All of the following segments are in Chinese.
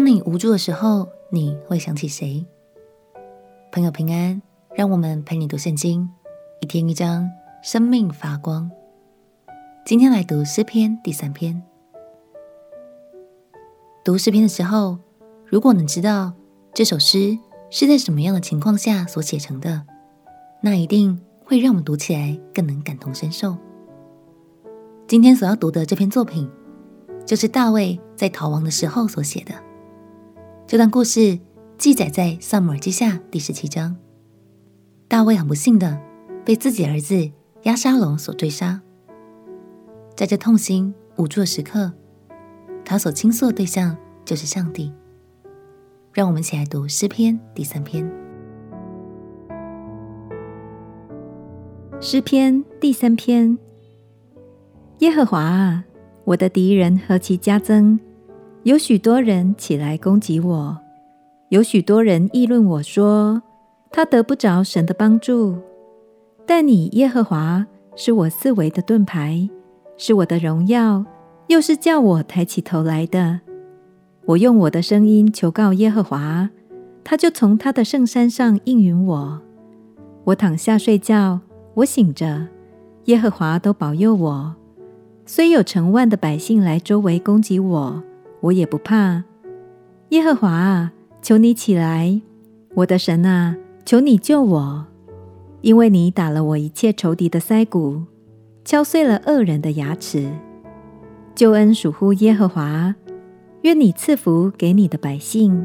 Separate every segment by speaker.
Speaker 1: 当你无助的时候，你会想起谁？朋友平安，让我们陪你读圣经，一天一章，生命发光。今天来读诗篇第3篇。读诗篇的时候，如果能知道这首诗是在什么样的情况下所写成的，那一定会让我们读起来更能感同身受。今天所要读的这篇作品，就是大卫在逃亡的时候所写的。这段故事记载在撒母耳记下第17章。大卫很不幸的被自己儿子押沙龙所追杀，在这痛心无助的时刻，他所倾诉的对象就是上帝。让我们一起来读诗篇第3篇。
Speaker 2: 诗篇第3篇。耶和华啊，我的敌人何其加增，有许多人起来攻击我，有许多人议论我说，他得不着神的帮助。但你耶和华是我四围的盾牌，是我的荣耀，又是叫我抬起头来的。我用我的声音求告耶和华，他就从他的圣山上应允我。我躺下睡觉，我醒着，耶和华都保佑我。虽有成万的百姓来周围攻击我，我也不怕。耶和华啊，求你起来，我的神啊，求你救我，因为你打了我一切仇敌的腮骨，敲碎了恶人的牙齿。救恩属乎耶和华，愿你赐福给你的百姓。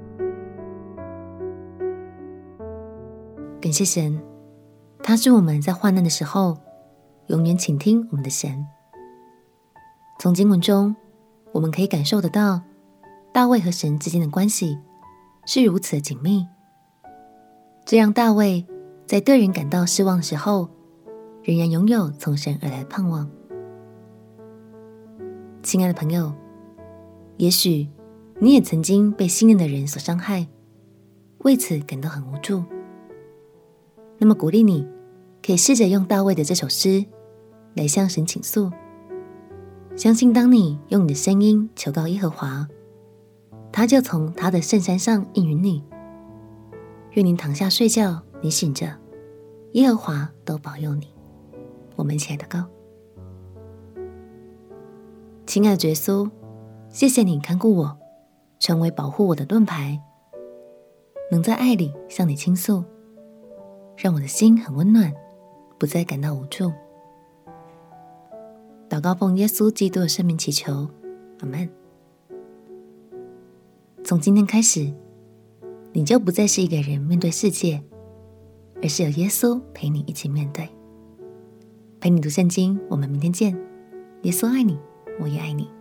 Speaker 1: 感谢神，他是我们在患难的时候永远倾听我们的神。从经文中我们可以感受得到大卫和神之间的关系是如此的紧密，这让大卫在对人感到失望的时候，仍然拥有从神而来的盼望。亲爱的朋友，也许你也曾经被信任的人所伤害，为此感到很无助。那么鼓励你可以试着用大卫的这首诗来向神倾诉，相信当你用你的声音求告耶和华，他就从他的圣山上应允你。愿你躺下睡觉，你醒着，耶和华都保佑你。我们一起来祷告。亲爱的耶稣，谢谢你看顾我，成为保护我的盾牌，能在爱里向你倾诉，让我的心很温暖，不再感到无助。祷告奉耶稣基督的圣名祈求，阿们。从今天开始，你就不再是一个人面对世界，而是有耶稣陪你一起面对。陪你读圣经，我们明天见。耶稣爱你，我也爱你。